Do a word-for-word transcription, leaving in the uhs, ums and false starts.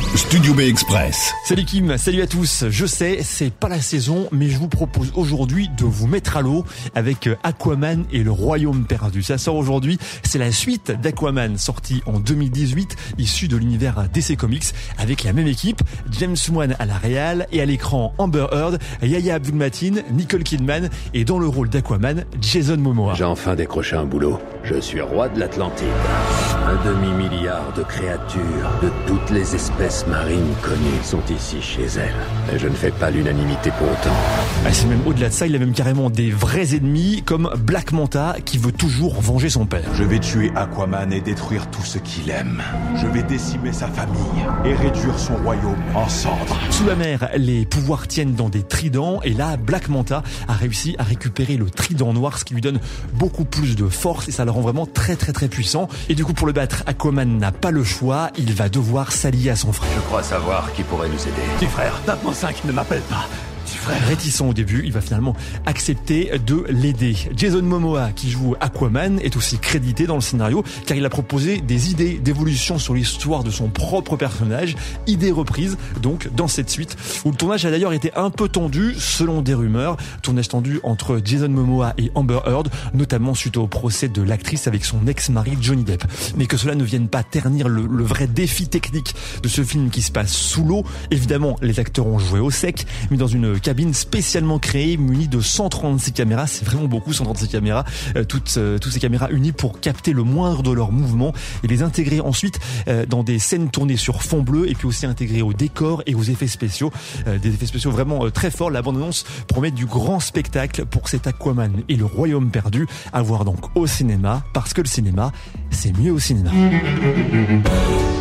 Studio B Express. Salut Kim, salut à tous. Je sais, c'est pas la saison, mais je vous propose aujourd'hui de vous mettre à l'eau avec Aquaman et le Royaume perdu. Ça sort aujourd'hui. C'est la suite d'Aquaman, sortie en deux mille dix-huit, issue de l'univers D C Comics, avec la même équipe, James Wan à la réal et à l'écran Amber Heard, Yahya Abdul-Mateen, Nicole Kidman et dans le rôle d'Aquaman, Jason Momoa. J'ai enfin décroché un boulot. Je suis roi de l'Atlantide. Un demi-milliard de créatures de toutes les espèces marines connues sont ici chez elle. Et je ne fais pas l'unanimité pour autant. Ah, c'est même au-delà de ça, il a même carrément des vrais ennemis comme Black Manta qui veut toujours venger son père. Je vais tuer Aquaman et détruire tout ce qu'il aime. Je vais décimer sa famille et réduire son royaume en cendres. Sous la mer, les pouvoirs tiennent dans des tridents et là, Black Manta a réussi à récupérer le trident noir, ce qui lui donne beaucoup plus de force et ça le rend vraiment très très très puissant. Et du coup, pour le battre, Aquaman n'a pas le choix, il va devoir s'allier à son frère. Je crois savoir qui pourrait nous aider. Petit frère, Batman cinq ne m'appelle pas. Réticent au début, il va finalement accepter de l'aider. Jason Momoa, qui joue Aquaman, est aussi crédité dans le scénario car il a proposé des idées d'évolution sur l'histoire de son propre personnage, idées reprises donc dans cette suite où le tournage a d'ailleurs été un peu tendu selon des rumeurs. Tournage tendu entre Jason Momoa et Amber Heard, notamment suite au procès de l'actrice avec son ex-mari Johnny Depp. Mais que cela ne vienne pas ternir le, le vrai défi technique de ce film qui se passe sous l'eau. Évidemment, les acteurs ont joué au sec, mais dans une cabine spécialement créée, munie de cent trente-six caméras. C'est vraiment beaucoup, cent trente-six caméras. Euh, toutes, euh, toutes ces caméras unies pour capter le moindre de leurs mouvements et les intégrer ensuite euh, dans des scènes tournées sur fond bleu et puis aussi intégrer au décor et aux effets spéciaux. Euh, des effets spéciaux vraiment euh, très forts. La bande-annonce promet du grand spectacle pour cet Aquaman et le Royaume perdu à voir donc au cinéma parce que le cinéma, c'est mieux au cinéma.